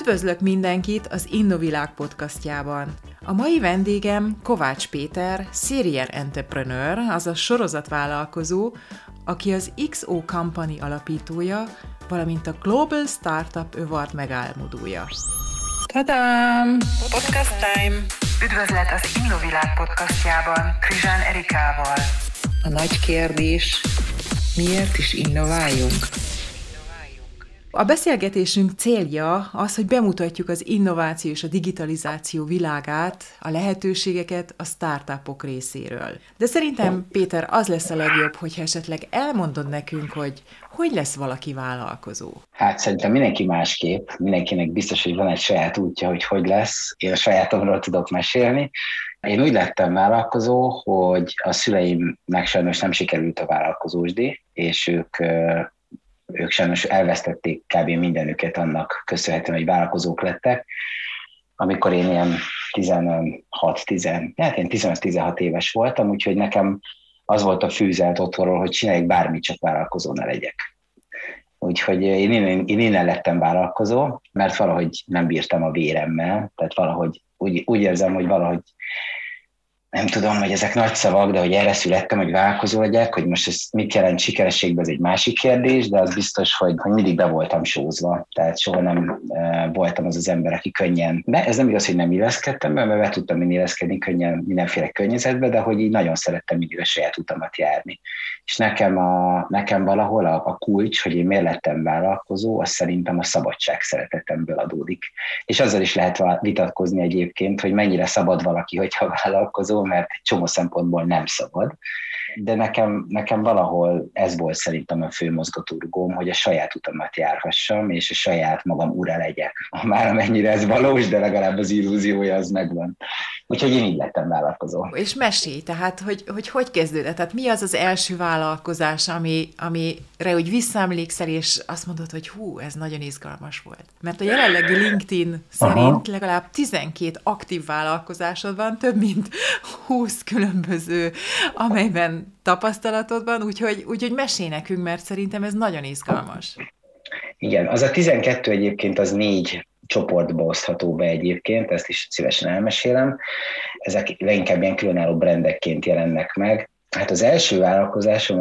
Üdvözlök mindenkit az Innovilág podcastjában. A mai vendégem Kovács Péter, serial entrepreneur, azaz sorozatvállalkozó, aki az XO Company alapítója, valamint a Global Startup Award megálmodója. Tadám! Podcast time! Üdvözlet az Innovilág podcastjában Krizsán Erikával. A nagy kérdés, miért is innováljunk? A beszélgetésünk célja az, hogy bemutatjuk az innováció és a digitalizáció világát, a lehetőségeket a startupok részéről. De szerintem, Péter, az lesz a legjobb, hogyha esetleg elmondod nekünk, hogy lesz valaki vállalkozó. Hát szerintem mindenki másképp, mindenkinek biztos, hogy van egy saját útja, hogy lesz. Én a sajátomról tudok mesélni. Én úgy lettem vállalkozó, hogy a szüleimnek sajnos nem sikerült a vállalkozósdi, és ők sajnos elvesztették kb. Mindenüket annak köszönhetően, hogy vállalkozók lettek. Amikor én ilyen 15-16 éves voltam, úgyhogy nekem az volt a fűzelt otthonról, hogy csináljuk bármit, csak vállalkozó ne legyek. Úgyhogy én innen lettem vállalkozó, mert valahogy nem bírtam a véremmel, tehát valahogy úgy érzem, hogy valahogy nem tudom, hogy ezek nagy szavak, de hogy erre születtem, hogy vállalkozó legyek, hogy most ez mit jelent sikerességben, ez egy másik kérdés, de az biztos, hogy mindig be voltam sózva. Tehát soha nem voltam az ember, aki könnyen, ez nem igaz, hogy nem illeszkedtem be, mert be tudtam illeszkedni könnyen mindenféle környezetbe, de hogy így nagyon szerettem mindig a saját utamat járni. És nekem valahol a kulcs, hogy én miért lettem vállalkozó, az szerintem a szabadság szeretetemből adódik. És azzal is lehet vitatkozni egyébként, hogy mennyire szabad valaki, hogyha vállalkozó, mert egy csomó szempontból nem szabad. De nekem valahol ez volt szerintem a fő mozgatórugóm, hogy a saját utamat járhassam, és a saját magam ura legyek. Már amennyire ez valós, de legalább az illúziója az megvan. Úgyhogy én így lettem vállalkozó. És mesélj, tehát hogy kezdődött? Tehát mi az az első vállalkozás, amire úgy visszaemlékszel, és azt mondod, hogy hú, ez nagyon izgalmas volt. Mert a jelenlegi LinkedIn szerint legalább 12 aktív vállalkozásod van, több mint 20 különböző, amelyben tapasztalatod van, úgyhogy mesélj nekünk, mert szerintem ez nagyon izgalmas. Igen, az a 12 egyébként az 4 csoportba osztható be egyébként, ezt is szívesen elmesélem. Ezek leginkább ilyen különálló brandekként jelennek meg. Hát az első vállalkozásom,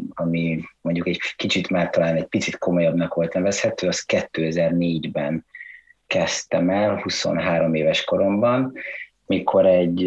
ami mondjuk egy kicsit már talán egy picit komolyabbnak volt nevezhető, az 2004-ben kezdtem el, 23 éves koromban, mikor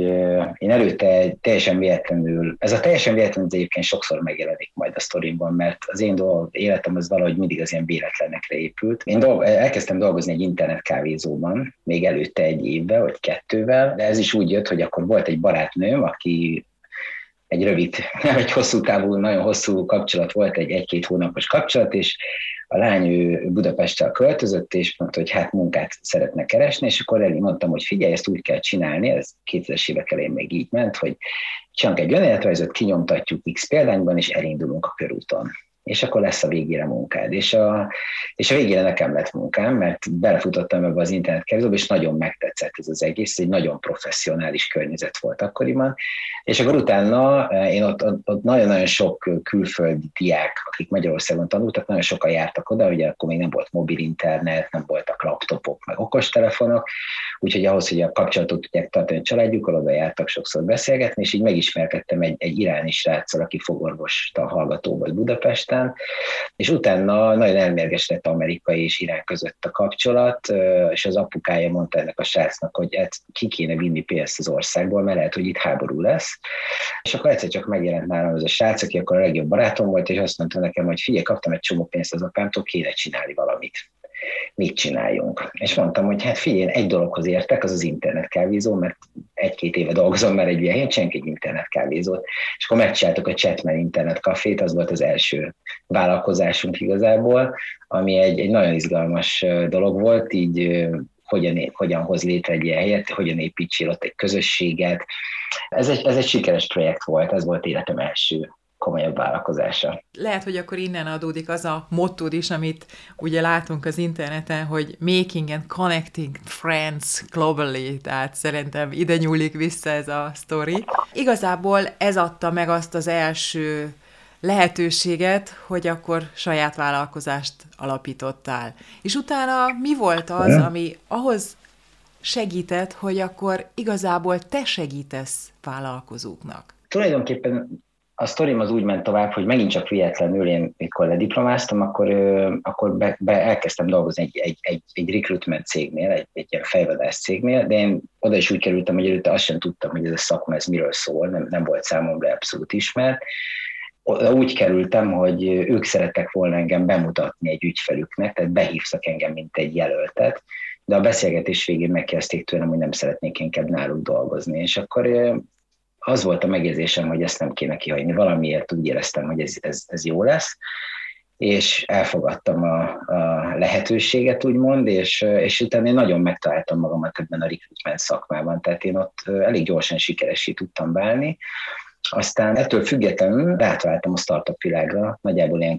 én előtte teljesen véletlenül, ez a teljesen véletlenül egyébként sokszor megjelenik majd a sztorimban, mert az én életem az valahogy mindig az ilyen véletlenekre épült. Én elkezdtem dolgozni egy internetkávézóban, még előtte 1 évvel vagy 2-vel, de ez is úgy jött, hogy akkor volt egy barátnőm, aki egy rövid, nem egy hosszú távú, nagyon hosszú kapcsolat volt, egy 1-2 hónapos kapcsolat, és a lány ő Budapestre költözött, és mondta, hogy hát munkát szeretne keresni, és akkor mondtam, hogy figyelj, ezt úgy kell csinálni, ez 2000-es évek elején még így ment, hogy csinálunk egy önéletrajzot, kinyomtatjuk X példányban, és elindulunk a körúton. És akkor lesz a végére munkád. És a végére nekem lett munkám, mert belefutottam ebbe az internetkávézóba, és nagyon megtetszett ez az egész, ez egy nagyon professzionális környezet volt akkoriban. És akkor utána én ott nagyon-nagyon sok külföldi diák, akik Magyarországon tanultak, nagyon sokan jártak oda, ugye akkor még nem volt mobil internet, nem voltak laptopok, meg okostelefonok, úgyhogy ahhoz, hogy a kapcsolatot tudják tartani a családjukkal, oda jártak sokszor beszélgetni, és így megismerkedtem egy iráni sráccal, aki fogorvosta hallgató volt Budapesten, és utána nagyon elmérges lett Amerika és Irán között a kapcsolat, és az apukája mondta ennek a srácnak, hogy ki kéne vinni pénzt az országból, mert lehet, hogy itt háború lesz. És akkor egyszer csak megjelent nálam ez a srác, aki akkor a legjobb barátom volt, és azt mondta nekem, hogy figyelj, kaptam egy csomó pénzt az apámtól, kéne csinálni valamit. Mit csináljunk? És mondtam, hogy hát figyelj, egy dologhoz értek, az az internetkávézó, mert 1-2 éve dolgozom már egy ilyen helyen, csináljuk egy internetkávézót. És akkor megcsináltuk a Chatman internetkafét, az volt az első vállalkozásunk igazából, ami egy nagyon izgalmas dolog volt, így hogyan hoz létre egy ilyen helyet, hogyan építsél ott egy közösséget. Ez egy sikeres projekt volt, ez volt életem első komolyabb vállalkozása. Lehet, hogy akkor innen adódik az a mottód is, amit ugye látunk az interneten, hogy making and connecting friends globally, tehát szerintem ide nyúlik vissza ez a sztori. Igazából ez adta meg azt az első lehetőséget, hogy akkor saját vállalkozást alapítottál. És utána mi volt az, ami ahhoz segített, hogy akkor igazából te segítesz vállalkozóknak? Tulajdonképpen a sztorim az úgy ment tovább, hogy megint csak véletlenül én, mikor lediplomáztam, akkor elkezdtem dolgozni egy recruitment cégnél, egy ilyen fejvadász cégnél, de én oda is úgy kerültem, hogy előtte azt sem tudtam, hogy ez a szakma ez miről szól, nem volt számomra abszolút ismert. Oda úgy kerültem, hogy ők szerettek volna engem bemutatni egy ügyfelüknek, tehát behívtak engem, mint egy jelöltet, de a beszélgetés végén megkérdezték tőlem, hogy nem szeretnék inkább náluk dolgozni, és akkor az volt a megjegyzésem, hogy ezt nem kéne kihagyni. Valamiért úgy éreztem, hogy ez jó lesz, és elfogadtam a lehetőséget, úgymond, és utána én nagyon megtaláltam magamat ebben a recruitment szakmában, tehát én ott elég gyorsan sikeressé tudtam válni. Aztán ettől függetlenül átváltam a startup világra, nagyjából ilyen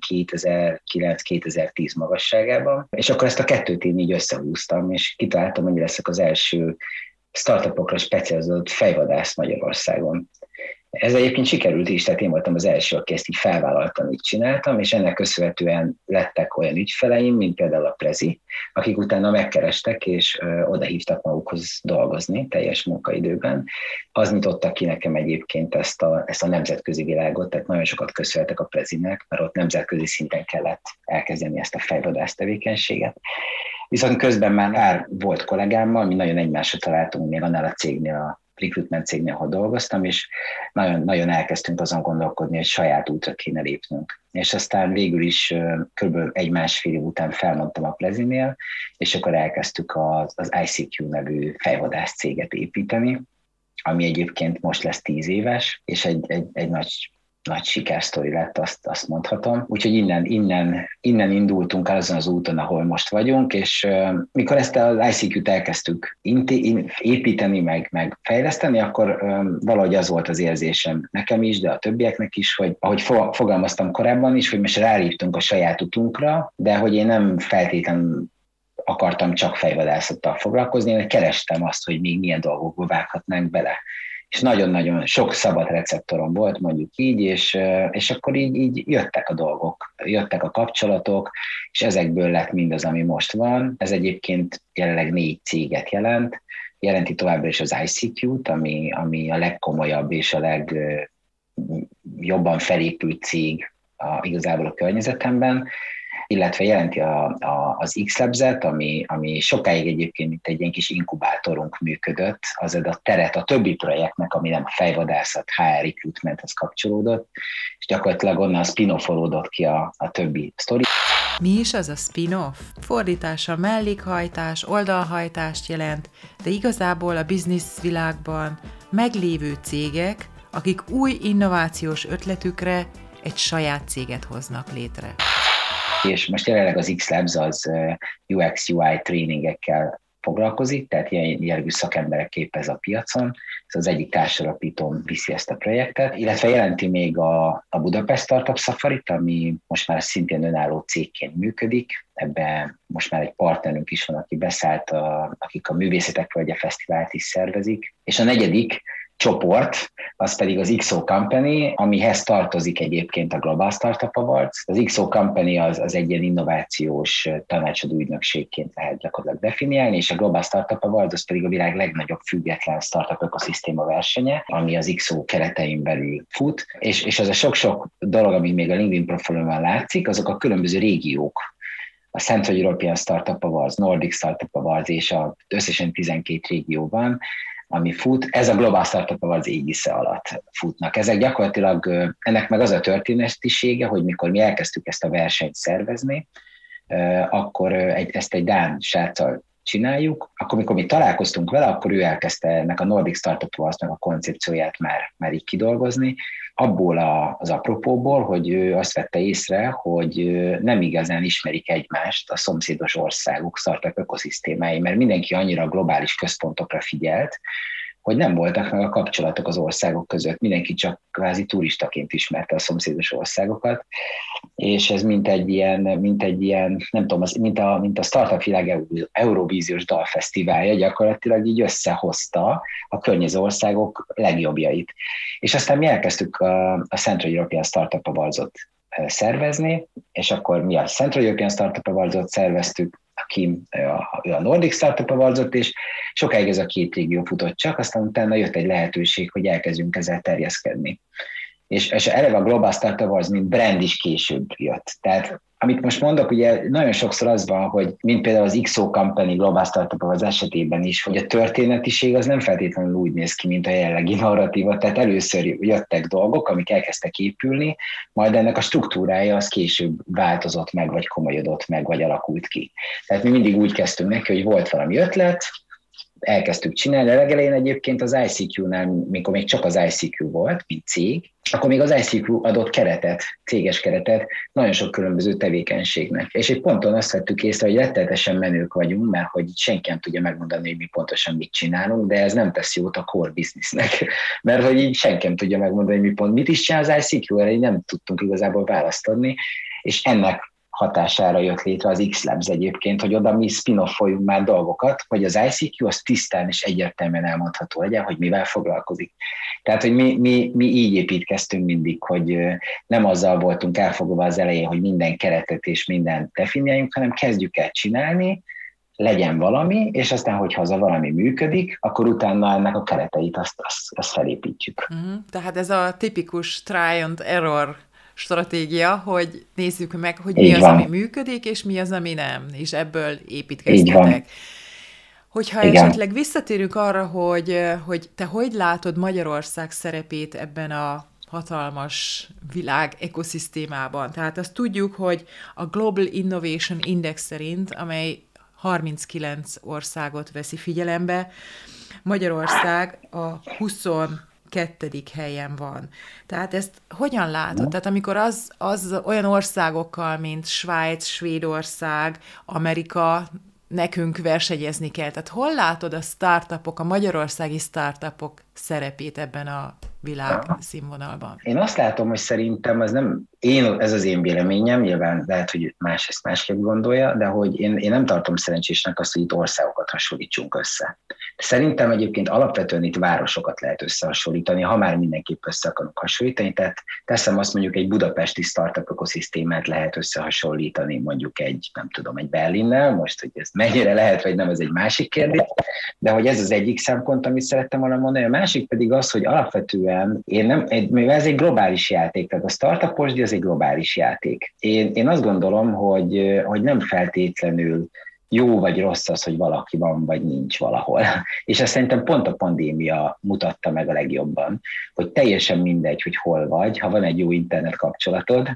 2009-2010 magasságában, és akkor ezt a kettőt én így összehúztam, és kitaláltam, hogy leszek az első startupokra specializált fejvadász Magyarországon. Ez egyébként sikerült is, tehát én voltam az első, aki ezt így felvállaltam, így csináltam, és ennek köszönhetően lettek olyan ügyfeleim, mint például a Prezi, akik utána megkerestek, és odahívtak magukhoz dolgozni teljes munkaidőben. Az nyitotta ki nekem egyébként ezt a nemzetközi világot, tehát nagyon sokat köszönhetek a Prezinek, mert ott nemzetközi szinten kellett elkezdeni ezt a fejvadász tevékenységet. Viszont közben már volt kollégámmal, mi nagyon egymásra találtunk még annál a cégnél, a recruitment cégnél, ahol dolgoztam, és nagyon, nagyon elkezdtünk azon gondolkodni, hogy saját útra kéne lépnünk. És aztán végül is kb. 1-1,5 év után felmondtam a Plezinél, és akkor elkezdtük az ICQ nevű fejvadász céget építeni, ami egyébként most lesz 10 éves, és egy nagy sikersztori lett, azt mondhatom. Úgyhogy innen indultunk el azon az úton, ahol most vagyunk, és mikor ezt az ICQ-t elkezdtük építeni, meg fejleszteni, akkor valahogy az volt az érzésem nekem is, de a többieknek is, hogy ahogy fogalmaztam korábban is, hogy most ráléptünk a saját utunkra, de hogy én nem feltétlenül akartam csak fejvadászattal foglalkozni, én kerestem azt, hogy még milyen dolgokba vághatnánk bele. És nagyon-nagyon sok szabad receptorom volt, mondjuk így, és akkor így jöttek a dolgok, jöttek a kapcsolatok, és ezekből lett mindaz, ami most van. Ez egyébként jelenleg 4 céget jelenti továbbra is az ICQ-t, ami a legkomolyabb és a legjobban felépült cég igazából a környezetemben, illetve jelenti az X-Labs-et, ami sokáig egyébként mint egy ilyen kis inkubátorunk működött, az a teret a többi projektnek, ami nem a fejvadászat, HR recruitmenthez kapcsolódott, és gyakorlatilag onnan spin-offolódott ki a többi sztori. Mi is az a spin-off? Fordítása mellékhajtás, oldalhajtást jelent, de igazából a bizniszvilágban meglévő cégek, akik új innovációs ötletükre egy saját céget hoznak létre. És most jelenleg az X-Labs az UX-UI tréningekkel foglalkozik, tehát ilyen jellegű szakemberek képez a piacon. Ez az egyik társalapítón viszi ezt a projektet, illetve jelenti még a Budapest Startup Safarit, ami most már szintén önálló cégként működik. Ebben most már egy partnerünk is van, aki beszállt, akik a Művészetek Völgye Fesztivált is szervezik. És a negyedik csoport, az pedig az XO Company, amihez tartozik egyébként a Global Startup Awards. Az XO Company az egy ilyen innovációs tanácsadó ügynökségként lehet gyakorlatilag definiálni, és a Global Startup Awards az pedig a világ legnagyobb független startup ökoszisztéma versenye, ami az XO keretein belül fut, és az a sok-sok dolog, ami még a LinkedIn profilomon látszik, azok a különböző régiók, a Central European Startup Awards, Nordic Startup Awards és összesen 12 régió van, ami fut, ez a Global Startup Awards égisze alatt futnak. Ezek gyakorlatilag, ennek meg az a történetisége, hogy mikor mi elkezdtük ezt a versenyt szervezni, akkor ezt egy dán sráccal csináljuk, akkor mikor mi találkoztunk vele, akkor ő elkezdte ennek a Nordic Startup Awards-nak a koncepcióját már így kidolgozni, abból az apropóból, hogy ő azt vette észre, hogy nem igazán ismerik egymást a szomszédos országok startup ökoszisztémái, mert mindenki annyira globális központokra figyelt, hogy nem voltak meg a kapcsolatok az országok között. Mindenki csak kvázi turistaként ismerte a szomszédos országokat, és ez mint egy ilyen nem tudom, mint a Startup Világ Eurovíziós dalfesztiválja gyakorlatilag így összehozta a környező országok legjobbjait. És aztán mi elkezdtük a Central European Startup Awards-ot szervezni, és akkor mi a Central European Startup Awards-ot szerveztük, ő a Nordic Startup Awards-ot, és sokáig ez a két régió futott csak, aztán utána jött egy lehetőség, hogy elkezdjünk ezzel terjeszkedni. És eleve a Global Startup Awards, mint brand is később jött. Tehát amit most mondok, ugye nagyon sokszor az van, hogy mint például az XO Company Global Startup Awards esetében is, hogy a történetiség az nem feltétlenül úgy néz ki, mint a jelenlegi narratíva, tehát először jöttek dolgok, amik elkezdtek épülni, majd ennek a struktúrája az később változott meg, vagy komolyodott meg, vagy alakult ki. Tehát mi mindig úgy kezdtünk neki, hogy volt valami ötlet, elkezdtük csinálni. A legelején egyébként az ICQ-nál, mikor még csak az ICQ volt, mint cég, akkor még az ICQ adott keretet, céges keretet nagyon sok különböző tevékenységnek. És egy ponton azt vettük észre, hogy rettenetesen menők vagyunk, mert hogy senki nem tudja megmondani, hogy mi pontosan mit csinálunk, de ez nem tesz jót a core businessnek. Mert hogy így senki nem tudja megmondani, hogy mi pont mit is csinál az ICQ, erre így nem tudtunk igazából választ adni, és ennek hatására jött létre az X-Labs egyébként, hogy oda mi spin-offoljunk már dolgokat, hogy az ICQ az tisztán és egyértelműen elmondható legyen, hogy mivel foglalkozik. Tehát, hogy mi így építkeztünk mindig, hogy nem azzal voltunk elfoglalva az elején, hogy minden keretet és mindent definiáljunk, hanem kezdjük el csinálni, legyen valami, és aztán, hogyha az a valami működik, akkor utána ennek a kereteit azt felépítjük. Tehát ez a tipikus try and error stratégia, hogy nézzük meg, hogy mi az, ami működik, és mi az, ami nem, és ebből építkeztetek. Hogyha esetleg visszatérünk arra, hogy te hogy látod Magyarország szerepét ebben a hatalmas világ ekoszisztémában. Tehát azt tudjuk, hogy a Global Innovation Index szerint, amely 39 országot veszi figyelembe, Magyarország a 22. helyen van. Tehát ezt hogyan látod? Tehát amikor az olyan országokkal, mint Svájc, Svédország, Amerika, nekünk versenyezni kell. Tehát hol látod a startupok, a magyarországi startupok szerepét ebben a világ színvonalban? Én azt látom, hogy szerintem ez az én véleményem, nyilván lehet, hogy más ezt másképp gondolja, de hogy én nem tartom szerencsésnek azt, hogy itt országokat hasonlítsunk össze. Szerintem egyébként alapvetően itt városokat lehet összehasonlítani, ha már mindenképp össze akarunk hasonlítani, tehát teszem azt, mondjuk egy budapesti startup ökoszisztémát lehet összehasonlítani mondjuk egy Berlinnel, most, hogy ez mennyire lehet, vagy nem, az egy másik kérdés, de hogy ez az egyik szempont, amit szerettem volna mondani, a másik pedig az, hogy alapvetően mivel ez egy globális játék, tehát a startupos, ez egy globális játék. Én azt gondolom, hogy nem feltétlenül jó vagy rossz az, hogy valaki van, vagy nincs valahol. És ezt szerintem pont a pandémia mutatta meg a legjobban, hogy teljesen mindegy, hogy hol vagy, ha van egy jó internet kapcsolatod,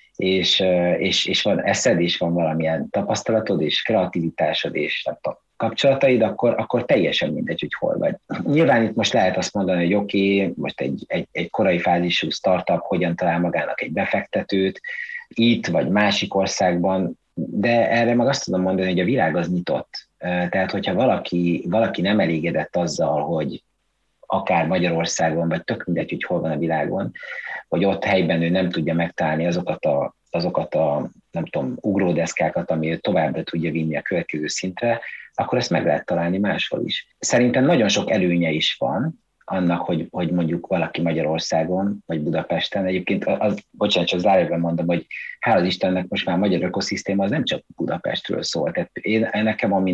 és van eszed, és van valamilyen tapasztalatod, és kreativitásod, és nem tudom, kapcsolataid, akkor teljesen mindegy, hogy hol vagy. Nyilván itt most lehet azt mondani, hogy oké, most egy korai fázisú startup hogyan talál magának egy befektetőt, itt vagy másik országban, de erre meg azt tudom mondani, hogy a világ az nyitott. Tehát, hogyha valaki nem elégedett azzal, hogy akár Magyarországon, vagy tök mindegy, hogy hol van a világon, hogy ott helyben ő nem tudja megtalálni azokat a nem tudom, ugródeszkákat, ami továbbra tudja vinni a következő szintre, akkor ezt meg lehet találni máshol is. Szerintem nagyon sok előnye is van annak, hogy mondjuk valaki Magyarországon, vagy Budapesten. Egyébként, bocsánat, csak zárójelben mondom, hogy hála az Istennek most már a magyar ökoszisztéma az nem csak Budapestről szól. Tehát nekem, ami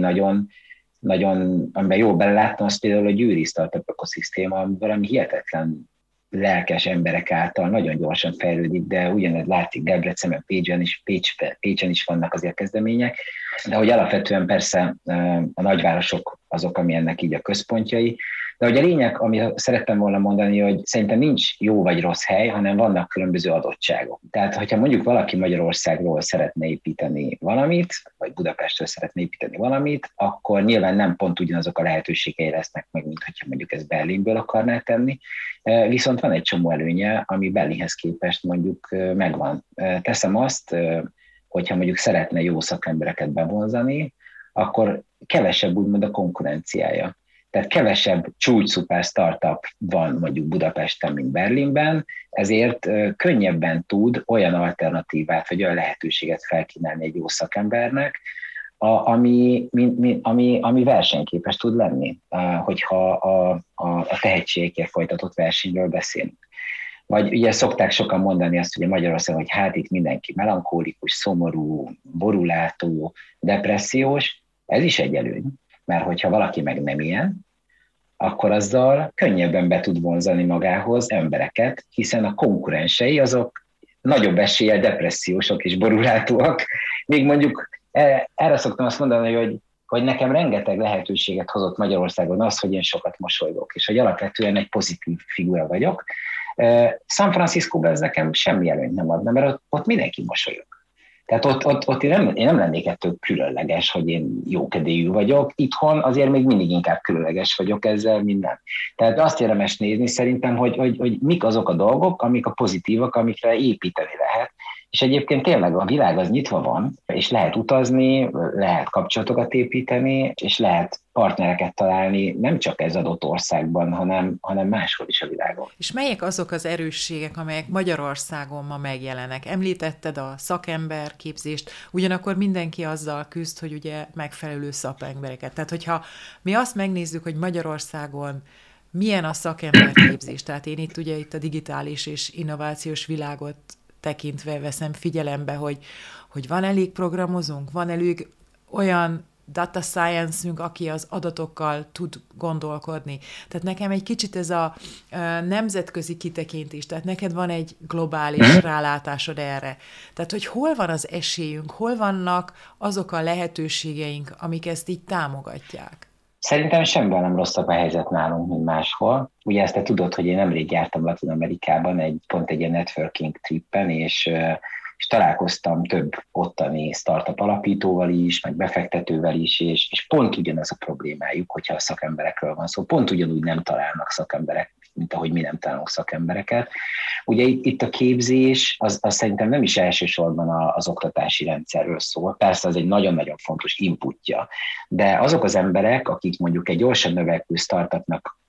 amiben jól beleláttam, az például a győri startup ökoszisztéma, ami valami hihetetlen lelkes emberek által nagyon gyorsan fejlődik, de ugyanez látszik Debrecenben, Pécsen is vannak azért kezdemények, de hogy alapvetően persze a nagyvárosok azok, ami ennek így a központjai, de hogy a lényeg, amit szerettem volna mondani, hogy szerintem nincs jó vagy rossz hely, hanem vannak különböző adottságok. Tehát, hogyha mondjuk valaki Magyarországról szeretne építeni valamit, vagy Budapestről szeretne építeni valamit, akkor nyilván nem pont ugyanazok a lehetőségei lesznek meg, mint hogyha mondjuk ezt Berlinből akarná tenni. Viszont van egy csomó előnye, ami Berlinhez képest mondjuk megvan. Teszem azt, hogyha mondjuk szeretne jó szakembereket bevonzani, akkor kevesebb úgymond a konkurenciája. Tehát kevesebb csúcsszupár startup van mondjuk Budapesten, mint Berlinben, ezért könnyebben tud olyan alternatívát, vagy olyan lehetőséget felkínálni egy jó szakembernek, ami versenyképes tud lenni, hogyha a tehetségekért folytatott versenyről beszélünk. Vagy ugye szokták sokan mondani azt ugye Magyarországon, hogy hát itt mindenki melankólikus, szomorú, borulátó, depressziós, ez is egy előny, mert hogyha valaki meg nem ilyen, akkor azzal könnyebben be tud vonzani magához embereket, hiszen a konkurensei azok nagyobb eséllyel depressziósok és borulátóak, még mondjuk erre szoktam azt mondani, hogy nekem rengeteg lehetőséget hozott Magyarországon az, hogy én sokat mosolygok, és hogy alapvetően egy pozitív figura vagyok. San Franciscóban ez nekem semmi előnyt nem adna, mert ott mindenki mosolyog. Tehát ott én nem lennék ettől különleges, hogy én jókedélyű vagyok. Itthon azért még mindig inkább különleges vagyok ezzel minden. Tehát azt érdemes nézni szerintem, hogy mik azok a dolgok, amik a pozitívak, amikre építeni lehet. És egyébként tényleg a világ az nyitva van, és lehet utazni, lehet kapcsolatokat építeni, és lehet partnereket találni, nem csak ez adott országban, hanem máshol is a világon. És melyek azok az erősségek, amelyek Magyarországon ma megjelenek? Említetted a szakemberképzést, ugyanakkor mindenki azzal küzd, hogy ugye megfelelő szakembereket. Tehát, hogyha mi azt megnézzük, hogy Magyarországon milyen a szakemberképzés, tehát én itt a digitális és innovációs világot tekintve veszem figyelembe, hogy van elég programozónk, van elég olyan data science-ünk, aki az adatokkal tud gondolkodni. Tehát nekem egy kicsit ez a nemzetközi kitekintés, tehát neked van egy globális rálátásod erre. Tehát, hogy hol van az esélyünk, hol vannak azok a lehetőségeink, amik ezt így támogatják? Szerintem semmivel nem rosszabb a helyzet nálunk, mint máshol. Ugye ezt te tudod, hogy én nemrég jártam Latin-Amerikában pont egy ilyen networking trippen, és találkoztam több ottani startup alapítóval is, meg befektetővel is, és pont ugyanaz a problémájuk, hogyha a szakemberekről van szó. Pont ugyanúgy nem találnak szakemberek, mint ahogy mi nem találunk szakembereket. Ugye itt a képzés, az szerintem nem is elsősorban az oktatási rendszerről szól. Persze az egy nagyon-nagyon fontos inputja, de azok az emberek, akik mondjuk egy gyorsan növekvő startupnak,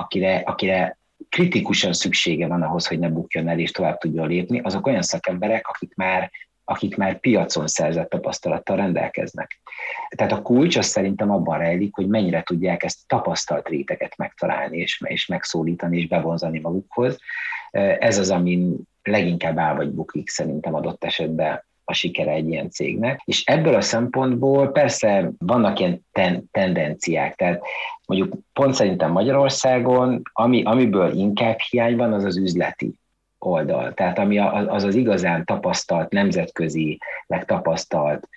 akire kritikusan szüksége van ahhoz, hogy ne bukjon el és tovább tudjon lépni, azok olyan szakemberek, akik már piacon szerzett tapasztalattal rendelkeznek. Tehát a kulcs az szerintem abban rejlik, hogy mennyire tudják ezt tapasztalt réteget megtalálni, és megszólítani, és bevonzani magukhoz. Ez az, amin leginkább áll vagy bukik szerintem adott esetben a sikere egy ilyen cégnek. És ebből a szempontból persze vannak ilyen tendenciák, tehát mondjuk pont szerintem Magyarországon, amiből inkább hiány van, az az üzleti oldal. Tehát ami az igazán tapasztalt, nemzetközi, megtapasztalt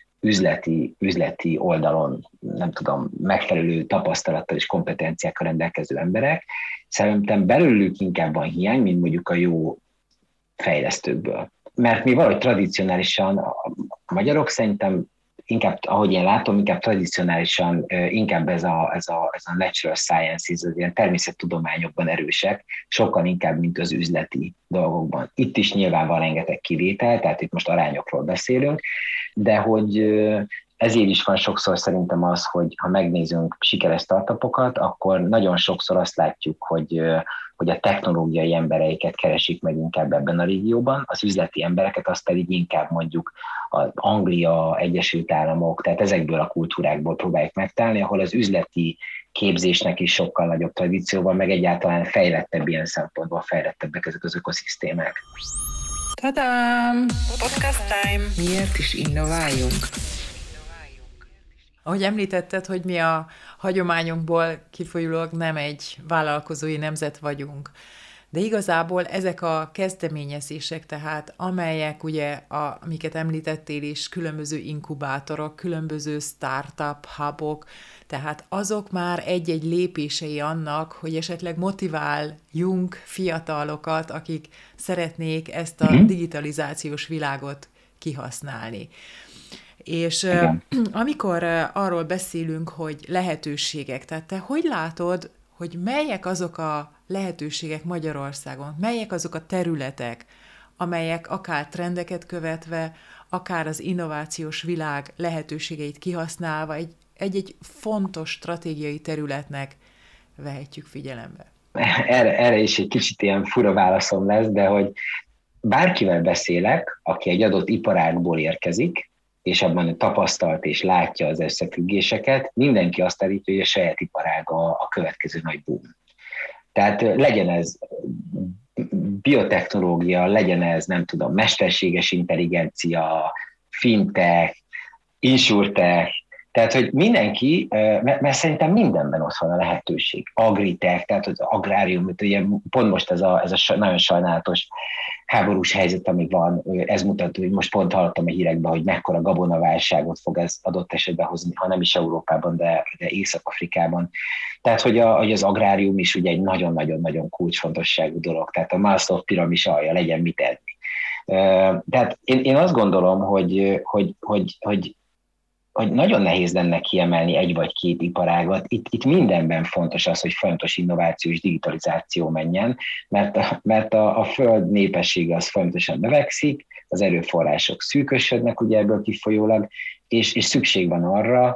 üzleti oldalon, nem tudom, megfelelő tapasztalattal és kompetenciákkal rendelkező emberek, szerintem belőlük inkább van hiány, mint mondjuk a jó fejlesztőkből. Mert mi valahogy tradicionálisan, a magyarok szerintem inkább, ahogy én látom, inkább tradicionálisan inkább ez a natural sciences, az ilyen természettudományokban erősek, sokkal inkább, mint az üzleti dolgokban. Itt is nyilván van rengeteg kivétel, tehát itt most arányokról beszélünk, de hogy ezért is van sokszor szerintem az, hogy ha megnézünk sikeres startupokat, akkor nagyon sokszor azt látjuk, hogy a technológiai embereiket keresik meg inkább ebben a régióban, az üzleti embereket azt pedig inkább mondjuk az Anglia, Egyesült Államok, tehát ezekből a kultúrákból próbáljuk megtalálni, ahol az üzleti képzésnek is sokkal nagyobb tradíció van, meg egyáltalán fejlettebb ilyen szempontból, fejlettebbek ezek az ökoszisztémák. Tadám! Podcast time! Miért is innováljunk? Ahogy említetted, hogy mi a hagyományunkból kifolyólag nem egy vállalkozói nemzet vagyunk, de igazából ezek a kezdeményezések, tehát amelyek ugye, amiket említettél is, különböző inkubátorok, különböző startup hubok, tehát azok már egy-egy lépései annak, hogy esetleg motiváljunk fiatalokat, akik szeretnék ezt a digitalizációs világot kihasználni. És amikor arról beszélünk, hogy lehetőségek, tehát te hogy látod, hogy melyek azok a lehetőségek Magyarországon, melyek azok a területek, amelyek akár trendeket követve, akár az innovációs világ lehetőségeit kihasználva egy fontos stratégiai területnek vehetjük figyelembe? Erre is egy kicsit ilyen fura válaszom lesz, de hogy bárkivel beszélek, aki egy adott iparágból érkezik, és abban tapasztalt és látja az összefüggéseket, mindenki azt állítja, hogy a saját iparága a következő nagy boom. Tehát legyen ez biotechnológia, legyen ez, nem tudom, mesterséges intelligencia, fintech, insurtech, tehát, hogy mindenki, mert szerintem mindenben ott van a lehetőség. Agritech, tehát az agrárium, ugye pont most ez a nagyon sajnálatos háborús helyzet, ami van, ez mutatja, hogy most pont hallottam a hírekben, hogy mekkora gabonaválságot fog ez adott esetben hozni, ha nem is Európában, de Észak-Afrikában. Tehát, hogy az agrárium is ugye egy nagyon-nagyon-nagyon kulcsfontosságú dolog, tehát a Maslow piramis alja, legyen mit enni. Tehát én azt gondolom, hogy nagyon nehéz lenne kiemelni egy vagy két iparágat. Itt mindenben fontos az, hogy folyamatos innováció és digitalizáció menjen, mert a föld népessége az folyamatosan növekszik, az erőforrások szűkösödnek ugye ebből kifolyólag, és szükség van arra,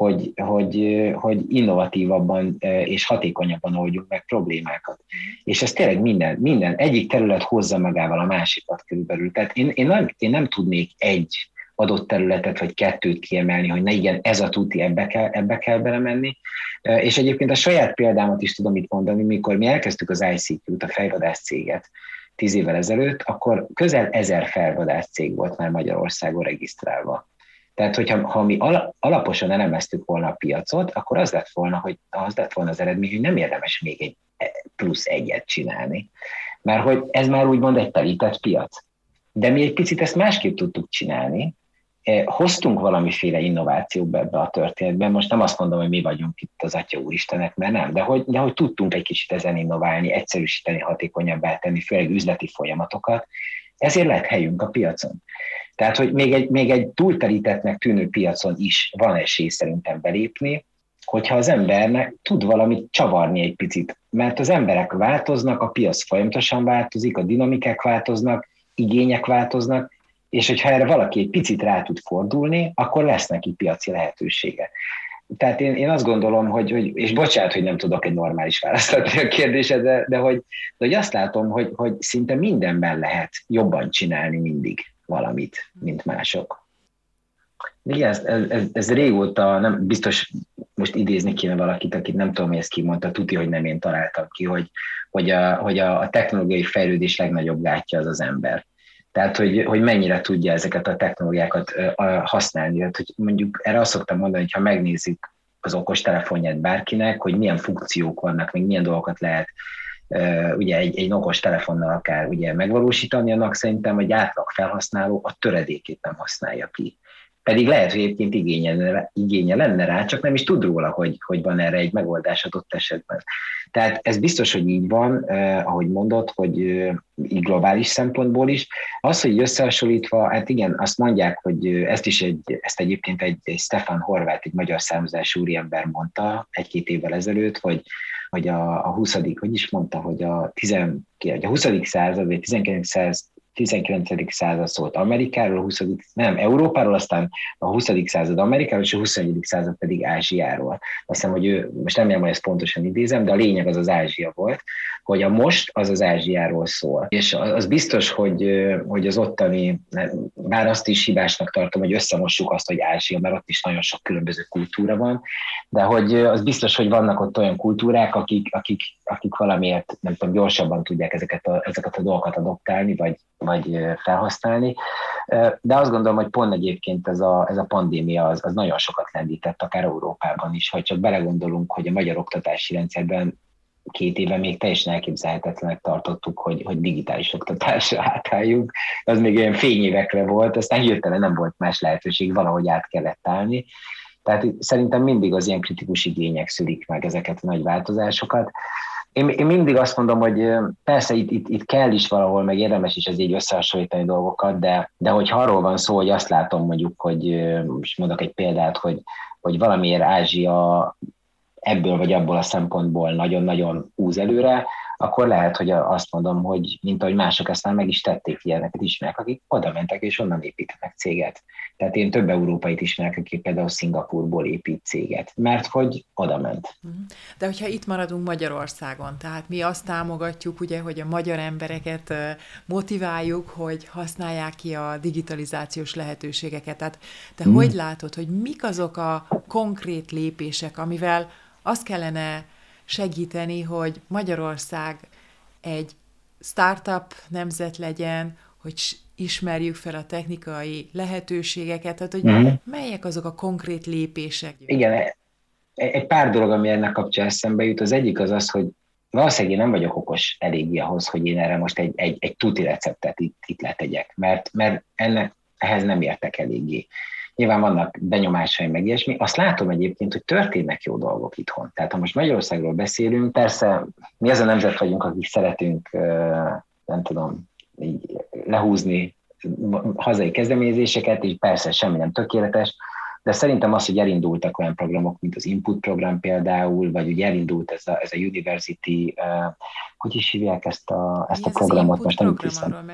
hogy innovatívabban és hatékonyabban oldjunk meg problémákat. És ez tényleg minden egyik terület hozza magával a másikat körülbelül. Tehát én nem tudnék egy adott területet, vagy kettőt kiemelni, hogy na igen, ez a tuti, ebbe kell belemenni. És egyébként a saját példámat is tudom itt mondani, mikor mi elkezdtük az ICQ-t, a fejvadász céget 10 évvel ezelőtt, akkor közel 1000 fejvadász cég volt már Magyarországon regisztrálva. Tehát, hogyha mi alaposan elemeztük volna a piacot, akkor az lett volna az eredmény, hogy nem érdemes még egy plusz egyet csinálni. Mert hogy ez már úgymond egy telített piac. De mi egy picit ezt másképp tudtuk csinálni, hoztunk valamiféle innovációba ebbe a történetben, most nem azt mondom, hogy mi vagyunk itt az Atya Úristenek, mert nem, de hogy tudtunk egy kicsit ezen innoválni, egyszerűsíteni, hatékonyabbá tenni, főleg üzleti folyamatokat, ezért lett helyünk a piacon. Tehát, hogy még egy túlterítettnek tűnő piacon is van esély szerintem belépni, hogyha az embernek tud valamit csavarni egy picit, mert az emberek változnak, a piac folyamatosan változik, a dinamikák változnak, igények változnak, és hogyha erre valaki egy picit rá tud fordulni, akkor lesz neki piaci lehetősége. Tehát én azt gondolom, és bocsánat, hogy nem tudok egy normális választ adni a kérdésedre, de hogy azt látom, hogy szinte mindenben lehet jobban csinálni mindig valamit, mint mások. Igen, ez régóta, nem biztos most idézni kéne valakit, akit nem tudom, hogy ezt kimondta, tuti, hogy nem én találtam ki, hogy a technológiai fejlődés legnagyobb gátja az ember. Tehát, hogy mennyire tudja ezeket a technológiákat használni. Tehát, hogy mondjuk erre azt szoktam mondani, hogy ha megnézzük az okostelefonját bárkinek, hogy milyen funkciók vannak, még milyen dolgokat lehet ugye egy okos telefonnal akár ugye megvalósítani, annak szerintem egy átlag felhasználó a töredékét nem használja ki. Pedig lehet, hogy egyébként igénye lenne rá, csak nem is tud róla, hogy van erre egy megoldás adott esetben. Tehát ez biztos, hogy így van, ahogy mondod, hogy így globális szempontból is. Az, hogy összehasonlítva, hát igen, azt mondják, hogy ezt egyébként egy Stefan Horváth, egy magyar származású úriember mondta 1-2 évvel ezelőtt, hogy a 20. hogy is mondta, hogy a 20. század, vagy 19. század szólt Amerikáról, Európáról, aztán a 20. század Amerikáról, és a 21. század pedig Ázsiáról. Azt hiszem, hogy ő, most nem hogy ezt pontosan idézem, de a lényeg az Ázsia volt, hogy a most az Ázsiáról szól. És az biztos, hogy az ottani, bár azt is hibásnak tartom, hogy összemossuk azt, hogy Ázsia, mert ott is nagyon sok különböző kultúra van, de hogy az biztos, hogy vannak ott olyan kultúrák, akik valamiért, nem tudom, gyorsabban tudják ezeket a dolgokat adoptálni, vagy felhasználni. De azt gondolom, hogy pont egyébként ez a pandémia az nagyon sokat lendített, akár Európában is, ha csak belegondolunk, hogy a magyar oktatási rendszerben 2 éve még teljesen elképzelhetetlenek tartottuk, hogy digitális oktatásra átálljunk. Az még olyan fényévekre volt, aztán hirtelen nem volt más lehetőség, valahogy át kellett állni. Tehát szerintem mindig az ilyen kritikus igények szülik meg ezeket a nagy változásokat. Én mindig azt mondom, hogy persze itt kell is valahol, meg érdemes is ez így összehasonlítani dolgokat, de hogyha arról van szó, hogy azt látom mondjuk, hogy most mondok egy példát, hogy valamiért Ázsia ebből vagy abból a szempontból nagyon-nagyon húz előre, akkor lehet, hogy azt mondom, hogy mint ahogy mások ezt már meg is tették, ilyeneket ismerek, akik oda mentek és onnan építenek céget. Tehát én több európait ismerek, aki például Szingapúrból épít céget, mert hogy oda ment. De hogyha itt maradunk Magyarországon, tehát mi azt támogatjuk, ugye, hogy a magyar embereket motiváljuk, hogy használják ki a digitalizációs lehetőségeket. Tehát te hogy látod, hogy mik azok a konkrét lépések, amivel azt kellene segíteni, hogy Magyarország egy startup nemzet legyen, hogy ismerjük fel a technikai lehetőségeket, tehát hogy melyek azok a konkrét lépések? Igen, egy pár dolog, ami ennek kapcsán eszembe jut. Az egyik az, hogy valószínűleg én nem vagyok okos eléggé ahhoz, hogy én erre most egy tuti receptet itt letegyek, mert ehhez nem értek eléggé. Nyilván vannak benyomásaim meg ilyesmi. Azt látom egyébként, hogy történnek jó dolgok itthon. Tehát ha most Magyarországról beszélünk, persze mi az a nemzet vagyunk, akik szeretünk, nem tudom, így lehúzni hazai kezdeményezéseket, és persze semmi nem tökéletes, de szerintem az, hogy elindultak olyan programok, mint az Input program például, vagy ugye elindult ez a University, hogy is hívják ezt a programot, most nem hiszem.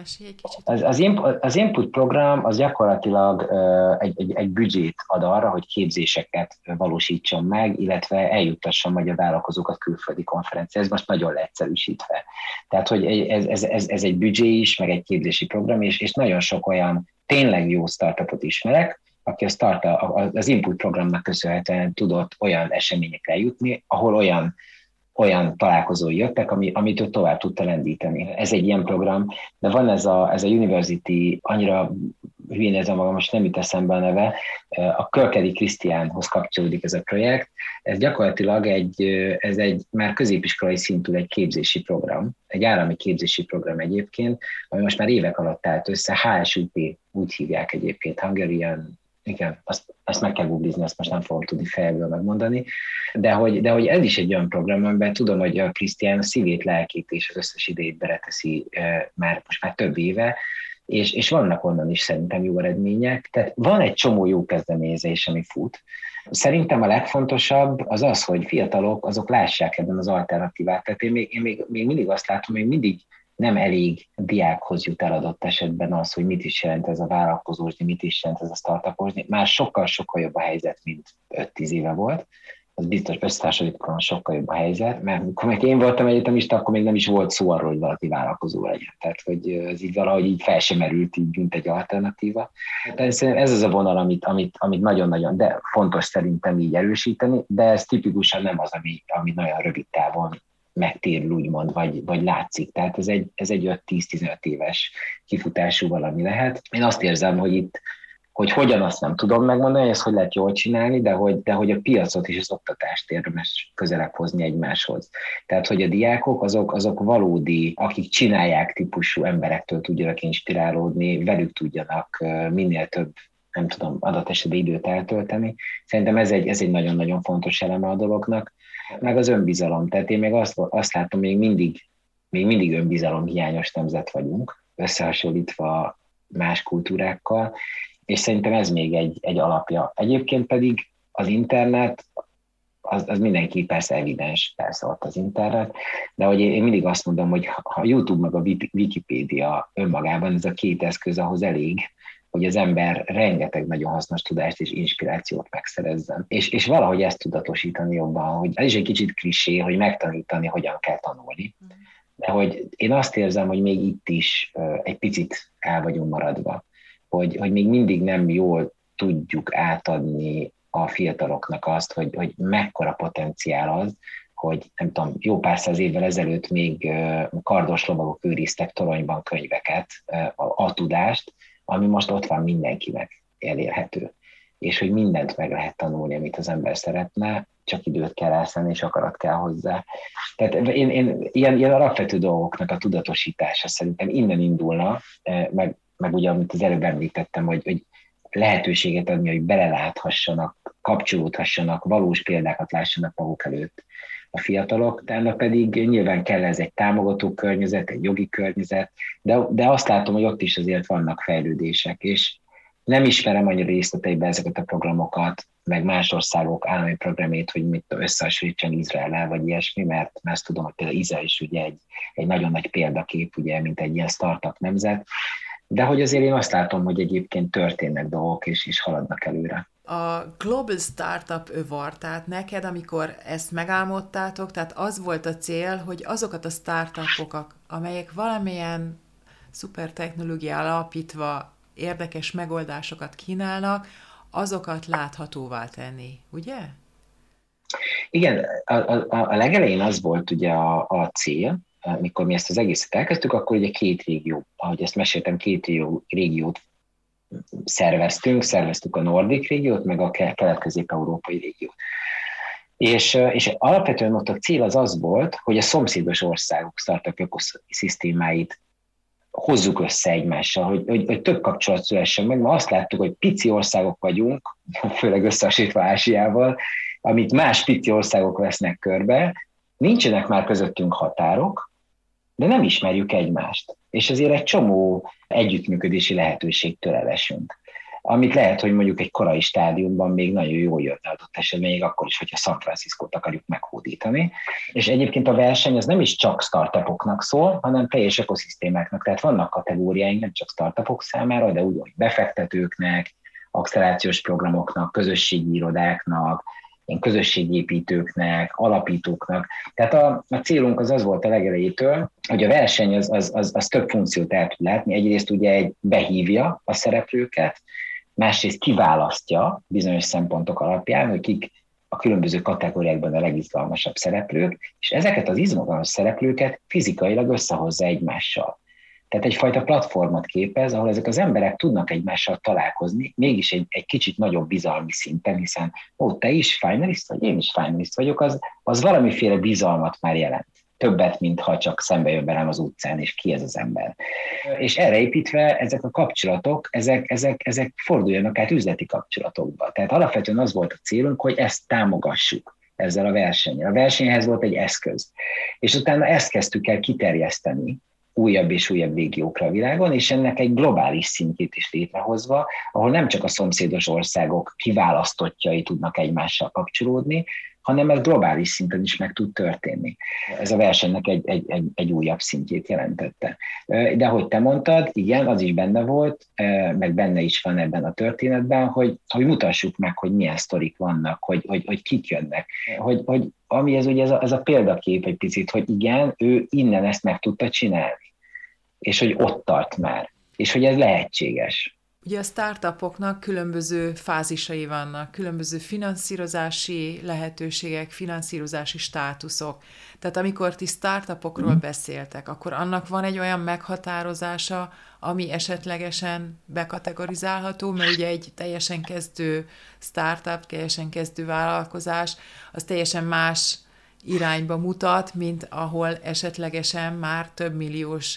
Az Input program az gyakorlatilag egy büdzsét ad arra, hogy képzéseket valósítson meg, illetve eljuttasson magyar vállalkozókat külföldi konferenciára. Ez most nagyon leegyszerűsítve. Tehát, hogy ez egy büdzsé is, meg egy képzési program, és nagyon sok olyan tényleg jó startupot ismerek, aki az Input programnak köszönhetően tudott olyan eseményekre jutni, ahol olyan találkozói jöttek, amit ő tovább tudta lendíteni. Ez egy ilyen program, de van ez a University, annyira hülyén érzem magam, most nem jut eszembe a neve, a Körkedi Krisztiánhoz kapcsolódik ez a projekt. Ez gyakorlatilag egy már középiskolai szintű egy képzési program, egy állami képzési program egyébként, ami most már évek alatt állt össze, HSUP, úgy hívják egyébként, Hungarian. Igen, azt meg kell googlizni, azt most nem fogom tudni fejből megmondani, de hogy ez is egy olyan program, amiben tudom, hogy a Krisztián a szívét, lelkét és az összes idejét beleteszi most már több éve, és vannak onnan is szerintem jó eredmények. Tehát van egy csomó jó kezdeményezés, ami fut. Szerintem a legfontosabb az, hogy fiatalok azok lássák ebben az alternatívát. Tehát én még mindig azt látom, hogy mindig nem elég diákhoz jut el adott esetben az, hogy mit is jelent ez a vállalkozósdi, mit is jelent ez a startuposdi. Már sokkal-sokkal jobb a helyzet, mint 5-10 éve volt. Az biztos összehasonlítva sokkal jobb a helyzet, mert amikor én voltam egyetemista, akkor még nem is volt szó arról, hogy valaki vállalkozó legyen. Tehát, hogy ez így valahogy így fel sem merült, így, mint egy alternatíva. Tehát szerintem ez az a vonal, amit nagyon-nagyon, de fontos szerintem így erősíteni, de ez tipikusan nem az, ami nagyon rövid távon megtérül, úgymond, vagy látszik. Tehát ez egy 5-10-15 éves kifutású valami lehet. Én azt érzem, hogy itt, hogy hogyan, azt nem tudom megmondani, hogy ezt hogy lehet jól csinálni, de hogy a piacot és az oktatást érdemes közelebb hozni egymáshoz. Tehát, hogy a diákok azok valódi, akik csinálják típusú emberektől tudjanak inspirálódni, velük tudjanak minél több, nem tudom, adott esetben időt eltölteni. Szerintem ez egy nagyon-nagyon fontos eleme a dolognak. Meg az önbizalom. Tehát én még azt látom, még mindig önbizalomhiányos nemzet vagyunk, összehasonlítva más kultúrákkal, és szerintem ez még egy alapja. Egyébként pedig az internet, az mindenki persze evidens, persze ott az internet, de hogy én mindig azt mondom, hogy ha YouTube meg a Wikipédia önmagában ez a két eszköz ahhoz elég, hogy az ember rengeteg nagyon hasznos tudást és inspirációt megszerezzen. És valahogy ezt tudatosítani jobban, hogy ez is egy kicsit klisé, hogy megtanítani, hogyan kell tanulni. De hogy én azt érzem, hogy még itt is egy picit el vagyunk maradva, hogy még mindig nem jól tudjuk átadni a fiataloknak azt, hogy mekkora potenciál az, hogy nem tudom, jó pár száz évvel ezelőtt még kardos lovagok őriztek toronyban könyveket, a tudást, ami most ott van mindenkinek elérhető. És hogy mindent meg lehet tanulni, amit az ember szeretne, csak időt kell elszállni, és akarat kell hozzá. Tehát én ilyen alapvető dolgoknak a tudatosítása szerintem innen indulna, meg ugye, amit az előbb említettem, hogy lehetőséget adni, hogy beleláthassanak, kapcsolódhassanak, valós példákat lássanak maguk előtt a fiatalok, de ennek pedig nyilván kell ez egy támogató környezet, egy jogi környezet, de azt látom, hogy ott is azért vannak fejlődések, és Nem ismerem annyira részleteiben ezeket a programokat, meg más országok állami programét, hogy mit összehasonlítson Izraellel, vagy ilyesmi, mert ezt tudom, hogy például Izrael is ugye egy nagyon nagy példakép, ugye, mint egy ilyen startup nemzet, de hogy azért én azt látom, hogy egyébként történnek dolgok, és haladnak előre. A Global Startup Award, tehát neked, amikor ezt megálmodtátok, tehát az volt a cél, hogy azokat a startupokat, amelyek valamilyen szuper technológia alapítva érdekes megoldásokat kínálnak, azokat láthatóvá tenni, ugye? Igen, a legelején az volt ugye a cél, amikor mi ezt az egészet elkezdtük, akkor ugye 2 régió, ahogy ezt meséltem, 2 régiót szerveztük a Nordic régiót, meg a kelet-közép-európai régiót. És alapvetően ott a cél az volt, hogy a szomszédos országok startup ökoszisztémáit hozzuk össze egymással, hogy több kapcsolat szülessen meg, mert azt láttuk, hogy pici országok vagyunk, főleg összehasonlítva Ázsiával, amit más pici országok vesznek körbe, nincsenek már közöttünk határok, de nem ismerjük egymást. És ezért egy csomó együttműködési lehetőségtől elesünk. Amit lehet, hogy mondjuk egy korai stádiumban még nagyon jól jönne adott esetben, még akkor is, hogyha San Franciscót akarjuk meghódítani. És egyébként a verseny az nem is csak startupoknak szól, hanem teljes ökoszisztémáknak. Tehát vannak kategóriáink nem csak startupok számára, de úgy befektetőknek, accelerációs programoknak, közösségi irodáknak, ilyen közösségépítőknek, alapítóknak. Tehát a célunk az volt a legelejétől, hogy a verseny az több funkciót el tud látni. Egyrészt ugye behívja a szereplőket, másrészt kiválasztja bizonyos szempontok alapján, hogy kik a különböző kategóriákban a legizgalmasabb szereplők, és ezeket az izgalmas szereplőket fizikailag összehozza egymással. Tehát egyfajta platformot képez, ahol ezek az emberek tudnak egymással találkozni, mégis egy kicsit nagyobb bizalmi szinten, hiszen te is finalist vagy, én is finalist vagyok, az valamiféle bizalmat már jelent. Többet, mint ha csak szembe jön velem az utcán, és ki ez az ember. És erre építve ezek a kapcsolatok, ezek forduljanak át üzleti kapcsolatokba. Tehát alapvetően az volt a célunk, hogy ezt támogassuk ezzel a versennyel. A versenyhez volt egy eszköz. És utána ezt kezdtük el kiterjeszteni újabb és újabb régiókra a világon, és ennek egy globális szintjét is létrehozva, ahol nem csak a szomszédos országok kiválasztottjai tudnak egymással kapcsolódni, hanem ez globális szinten is meg tud történni. Ez a versenynek egy újabb szintjét jelentette. De ahogy te mondtad, igen, az is benne volt, meg benne is van ebben a történetben, hogy mutassuk meg, hogy milyen sztorik vannak, hogy kik jönnek. Hogy ami ez ugye ez a példakép egy picit, hogy igen, ő innen ezt meg tudta csinálni, és hogy ott tart már, és hogy ez lehetséges. Ugye a startupoknak különböző fázisai vannak, különböző finanszírozási lehetőségek, finanszírozási státuszok. Tehát amikor ti startupokról beszéltek, akkor annak van egy olyan meghatározása, ami esetlegesen bekategorizálható, mert ugye egy teljesen kezdő startup, teljesen kezdő vállalkozás, az teljesen más irányba mutat, mint ahol esetlegesen már több milliós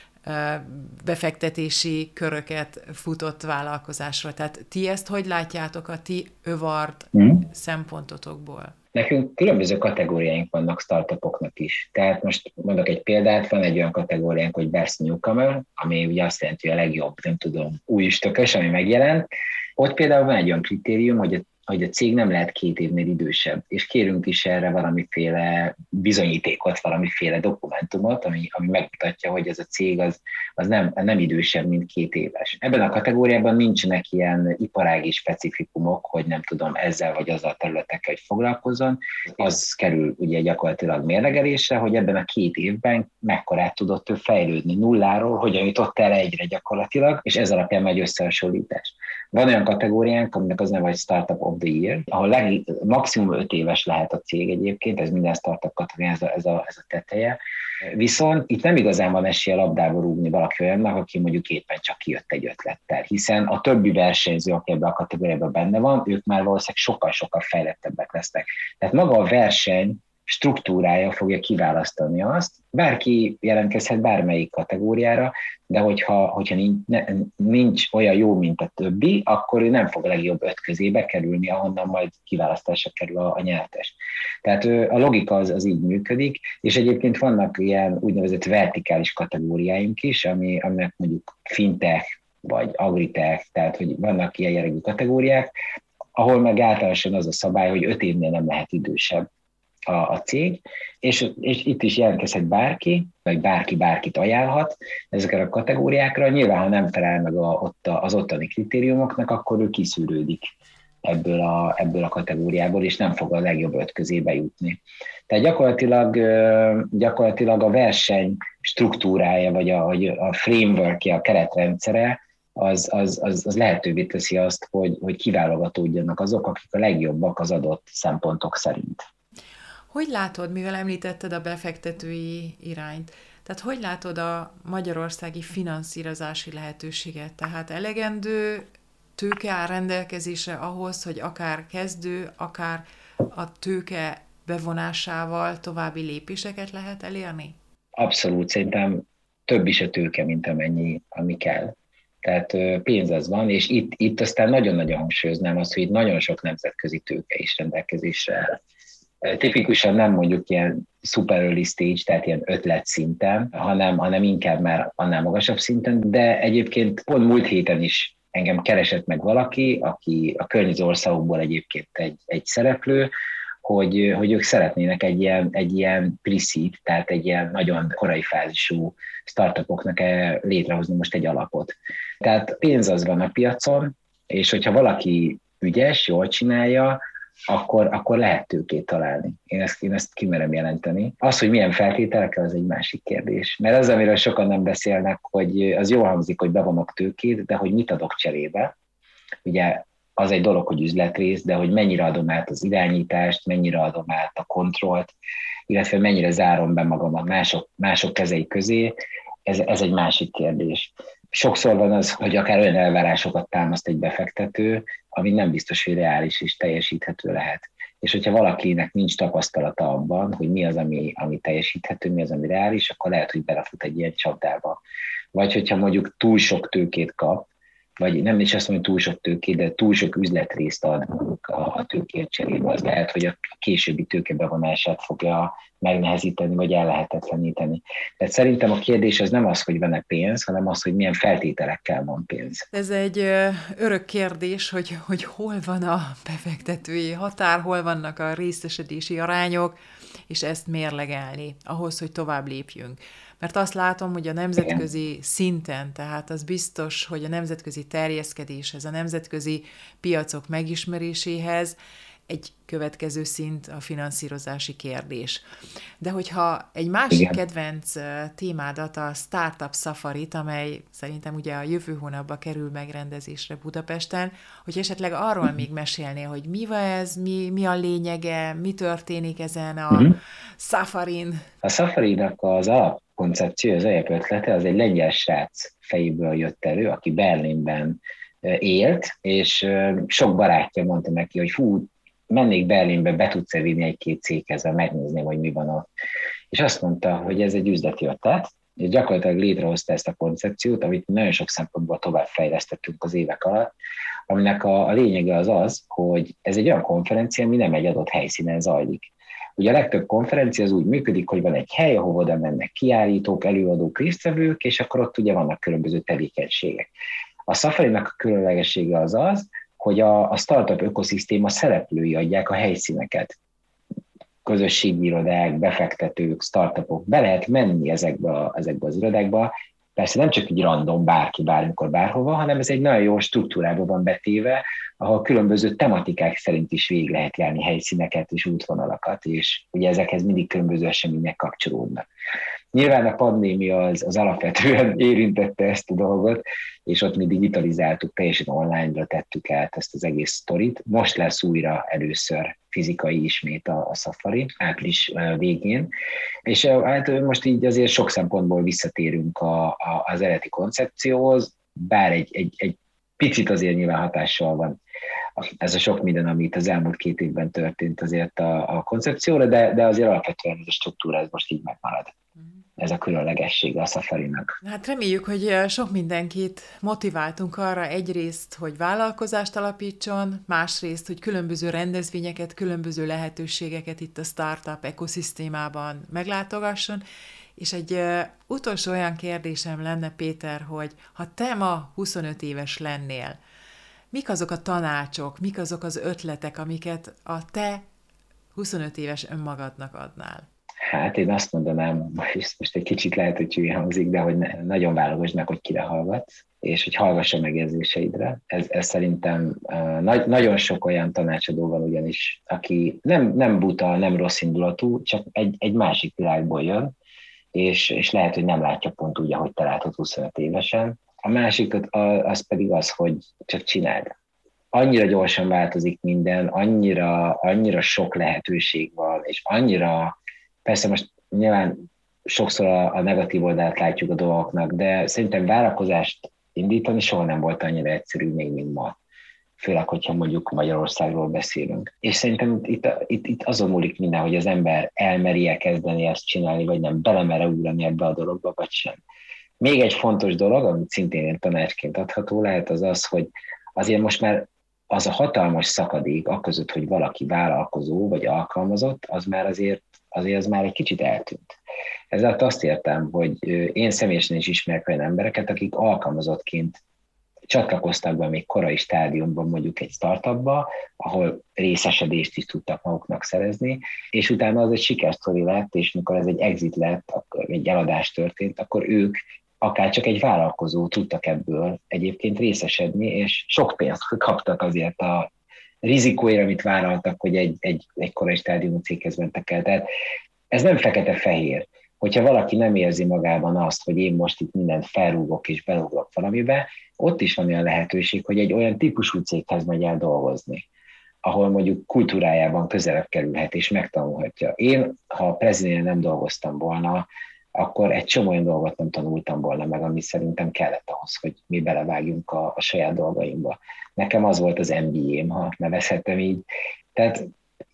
befektetési köröket futott vállalkozásra. Tehát ti ezt hogy látjátok a ti award szempontotokból? Nekünk különböző kategóriáink vannak startupoknak is. Tehát most mondok egy példát, van egy olyan kategóriánk, hogy Best Newcomer, ami ugye azt jelenti, hogy a legjobb, nem tudom, új üstökös, ami megjelent. Ott például van egy olyan kritérium, hogy a cég nem lehet 2 évnél idősebb, és kérünk is erre valamiféle bizonyítékot, valamiféle dokumentumot, ami megmutatja, hogy ez a cég az nem idősebb, mint 2 éves. Ebben a kategóriában nincsenek ilyen iparági specifikumok, hogy nem tudom, ezzel vagy azzal a területekkel, hogy foglalkozzon. Az kerül ugye gyakorlatilag mérlegelésre, hogy ebben a 2 évben mekkorát tudott ő fejlődni nulláról, hogyan jutott el egyre gyakorlatilag, és ez alapján megy összehasonlítás. Van olyan kategóriánk, aminek az neve, hogy Startup of the Year, ahol maximum 5 éves lehet a cég egyébként, ez minden startup kategórián ez a teteje. Viszont itt nem igazán van esélye labdába rúgni valaki olyannak, aki mondjuk éppen csak kijött egy ötlettel, hiszen a többi versenyző, aki ebben a kategóriában benne van, ők már valószínűleg sokkal-sokkal fejlettebbek lesznek. Tehát maga a verseny struktúrája fogja kiválasztani azt, bárki jelentkezhet bármelyik kategóriára, de hogyha nincs olyan jó, mint a többi, akkor ő nem fog a legjobb 5 közébe kerülni, ahonnan majd kiválasztásra kerül a nyertes. Tehát a logika az így működik, és egyébként vannak ilyen úgynevezett vertikális kategóriáink is, aminek mondjuk fintech, vagy agritech, tehát hogy vannak ilyen jellegű kategóriák, ahol meg általánosan az a szabály, hogy 5 évnél nem lehet idősebb a cég, és itt is jelentkezhet bárki, vagy bárki bárkit ajánlhat ezekre a kategóriákra. Nyilván, ha nem felel meg az ottani kritériumoknak, akkor ő kiszűrődik ebből a kategóriából, és nem fog a legjobb 5 közé bejutni. Tehát gyakorlatilag a verseny struktúrája, vagy a frameworkje, a keretrendszere, az lehetővé teszi azt, hogy kiválogatódjanak azok, akik a legjobbak az adott szempontok szerint. Hogy látod, mivel említetted a befektetői irányt, tehát hogy látod a magyarországi finanszírozási lehetőséget? Tehát elegendő tőke áll rendelkezésre ahhoz, hogy akár kezdő, akár a tőke bevonásával további lépéseket lehet elérni? Abszolút, szerintem több is a tőke, mint ami kell. Tehát pénz az van, és itt aztán nagyon-nagyon hangsúlyoznám azt, hogy itt nagyon sok nemzetközi tőke is rendelkezésre áll. Tipikusan nem mondjuk ilyen super early stage, tehát ilyen ötlet szinten, hanem inkább már annál magasabb szinten, de egyébként pont múlt héten is engem keresett meg valaki, aki a környező országokból egyébként egy szereplő, hogy ők szeretnének egy ilyen pre-seed, tehát egy ilyen nagyon korai fázisú startupoknak létrehozni most egy alapot. Tehát pénz az van a piacon, és hogyha valaki ügyes, jól csinálja, akkor lehet tőkét találni. Én ezt kimerem jelenteni. Az, hogy milyen feltételekkel, az egy másik kérdés. Mert az, amiről sokan nem beszélnek, hogy az jól hangzik, hogy bevonok tőkét, de hogy mit adok cserébe. Ugye az egy dolog, hogy üzletrész, de hogy mennyire adom át az irányítást, mennyire adom át a kontrollt, illetve mennyire zárom be magamat mások kezei közé, ez egy másik kérdés. Sokszor van az, hogy akár olyan elvárásokat támaszt egy befektető, ami nem biztos, hogy reális és teljesíthető lehet. És hogyha valakinek nincs tapasztalata abban, hogy mi az, ami teljesíthető, mi az, ami reális, akkor lehet, hogy belefut egy ilyen csapdába. Vagy hogyha mondjuk túl sok tőkét kap, vagy nem is azt mondom, hogy túl sok tőkét, de túl sok üzletrészt ad a tőkért cserébe, az lehet, hogy a későbbi tőkebevonását fogja megnehezíteni, vagy ellehetetleníteni. Tehát szerintem a kérdés az nem az, hogy van-e pénz, hanem az, hogy milyen feltételekkel van pénz. Ez egy örök kérdés, hogy hol van a befektetői határ, hol vannak a részesedési arányok, és ezt mérlegelni ahhoz, hogy tovább lépjünk. Mert azt látom, hogy a nemzetközi szinten, tehát az biztos, hogy a nemzetközi terjeszkedéshez, a nemzetközi piacok megismeréséhez egy következő szint a finanszírozási kérdés. De hogyha egy másik kedvenc témádat, a Startup Safarit, amely szerintem ugye a jövő hónapban kerül megrendezésre Budapesten, hogy esetleg arról még mesélnél, hogy mi van ez, mi a lényege, mi történik ezen a Safarin. A Safarinak az alapkoncepció, az alapötlete, az egy lengyel srác fejéből jött elő, aki Berlinben élt, és sok barátja mondta neki, hogy mennék Berlinbe, be tudsz vinni egy-két céghez, megnézni, hogy mi van ott. És azt mondta, hogy ez egy üzleti ötlet, és gyakorlatilag létrehozta ezt a koncepciót, amit nagyon sok szempontból továbbfejlesztettünk az évek alatt, aminek a lényege az, hogy ez egy olyan konferencia, ami nem egy adott helyszínen zajlik. Ugye a legtöbb konferencia az úgy működik, hogy van egy hely, ahova oda mennek kiállítók, előadók, résztvevők, és akkor ott ugye vannak különböző tevékenységek. A Safarinak a különlegessége az, hogy a startup ökoszisztéma szereplői adják a helyszíneket. Közösségi irodák, befektetők, startupok, be lehet menni ezekbe az irodákba. Persze nem csak egy random bárki, bármikor, bárhova, hanem ez egy nagyon jó struktúrában van betéve, ahol különböző tematikák szerint is végig lehet járni helyszíneket és útvonalakat, és ugye ezekhez mindig különböző események kapcsolódnak. Nyilván a pandémia az alapvetően érintette ezt a dolgot, és ott mi digitalizáltuk, teljesen online-ra tettük át ezt az egész sztorit. Most lesz újra először fizikai ismét a Safari, április végén, és hát most így azért sok szempontból visszatérünk az eredeti koncepcióhoz, bár egy picit azért nyilván hatással van ez a sok minden, amit az elmúlt 2 évben történt azért a koncepcióra, de azért alapvetően ez a struktúra ez most így megmarad. ez a különlegessége a Safarinak. Hát reméljük, hogy sok mindenkit motiváltunk arra egyrészt, hogy vállalkozást alapítson, másrészt, hogy különböző rendezvényeket, különböző lehetőségeket itt a startup ekoszisztémában meglátogasson, és egy utolsó olyan kérdésem lenne, Péter, hogy ha te ma 25 éves lennél, mik azok a tanácsok, mik azok az ötletek, amiket a te 25 éves önmagadnak adnál? Hát én azt mondanám, most egy kicsit lehet, hogy hülye hangzik, de hogy nagyon válogasd meg, hogy kire hallgatsz, és hogy hallgassa meg érzéseidre. Ez szerintem nagyon sok olyan tanácsadó van ugyanis, aki nem buta, nem rossz indulatú, csak egy másik világból jön, és lehet, hogy nem látja pont úgy, ahogy te látod 25 évesen. A másik az pedig az, hogy csak csináld. Annyira gyorsan változik minden, annyira sok lehetőség van, és annyira, persze most nyilván sokszor a negatív oldalát látjuk a dolgoknak, de szerintem vállalkozást indítani soha nem volt annyira egyszerű még, mint ma. Főleg, hogyha mondjuk Magyarországról beszélünk. És szerintem itt azon múlik minden, hogy az ember elmeri-e kezdeni ezt csinálni, vagy nem, belemer-e ugrani ebbe a dologba, vagy sem. Még egy fontos dolog, amit szintén én tanácsként adható lehet, az az, hogy azért most már az a hatalmas szakadék aközött, hogy valaki vállalkozó vagy alkalmazott, az már azért az már egy kicsit eltűnt. Ezzel azt értem, hogy én személyesen is ismerek olyan embereket, akik alkalmazottként csatlakoztak be még korai stádiumban mondjuk egy startupba, ahol részesedést is tudtak maguknak szerezni, és utána az egy sikersztori lett, és mikor ez egy exit lett, akkor egy eladás történt, akkor ők akár csak egy vállalkozó tudtak ebből egyébként részesedni, és sok pénzt kaptak azért a rizikóért, amit vállaltak, hogy egy korai stádiumú céghez mentek el. Tehát ez nem fekete-fehér. Hogyha valaki nem érzi magában azt, hogy én most itt mindent felrúgok és belugrok valamibe, ott is van olyan lehetőség, hogy egy olyan típusú céghez megy el dolgozni, ahol mondjuk kultúrájában közelebb kerülhet és megtanulhatja. Én, ha a Prezinél nem dolgoztam volna, akkor egy csomó olyan dolgot nem tanultam volna meg, ami szerintem kellett ahhoz, hogy mi belevágjunk a saját dolgainkba. Nekem az volt az MBA-m, ha nevezhetem így. Tehát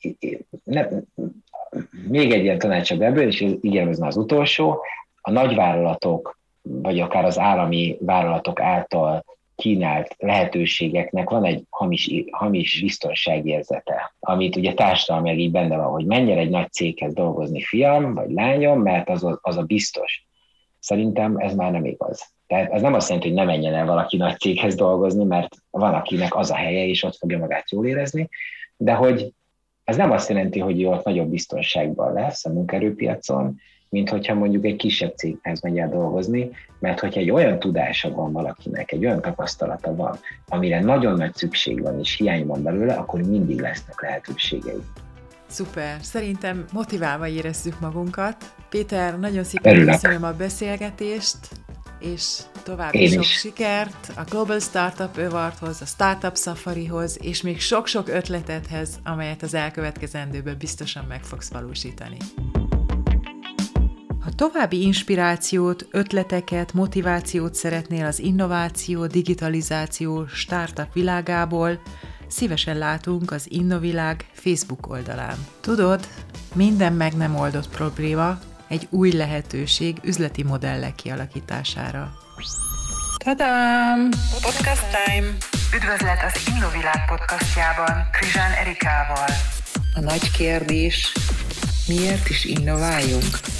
még egy ilyen tanácsabb ebből, és ígérem, ez az utolsó, a nagyvállalatok, vagy akár az állami vállalatok által kínált lehetőségeknek van egy hamis biztonságérzete, amit ugye társadalmilag így benne van, hogy menjen egy nagy céghez dolgozni, fiam, vagy lányom, mert az a biztos. Szerintem ez már nem igaz. Tehát ez nem azt jelenti, hogy ne menjen el valaki nagy céghez dolgozni, mert van, akinek az a helye, és ott fogja magát jól érezni, de hogy ez nem azt jelenti, hogy ott nagyobb biztonságban lesz a munkaerőpiacon, mint hogyha mondjuk egy kisebb céghez megy el dolgozni, mert hogyha egy olyan tudása van valakinek, egy olyan tapasztalata van, amire nagyon nagy szükség van és hiány van belőle, akkor mindig lesznek lehetőségei. Szuper! Szerintem motiválva érezzük magunkat. Péter, nagyon szépen köszönöm a beszélgetést, és további sok sikert a Global Startup Awardhoz, a Startup Safarihoz, és még sok-sok ötletedhez, amelyet az elkövetkezendőből biztosan meg fogsz valósítani. Ha további inspirációt, ötleteket, motivációt szeretnél az innováció, digitalizáció, startup világából, szívesen látunk az Innovilág Facebook oldalán. Tudod, minden meg nem oldott probléma egy új lehetőség üzleti modellek kialakítására. Tadám! Podcast Time! Üdvözlet az Innovilág podcastjában Krizsán Erikával. A nagy kérdés, miért is innováljunk?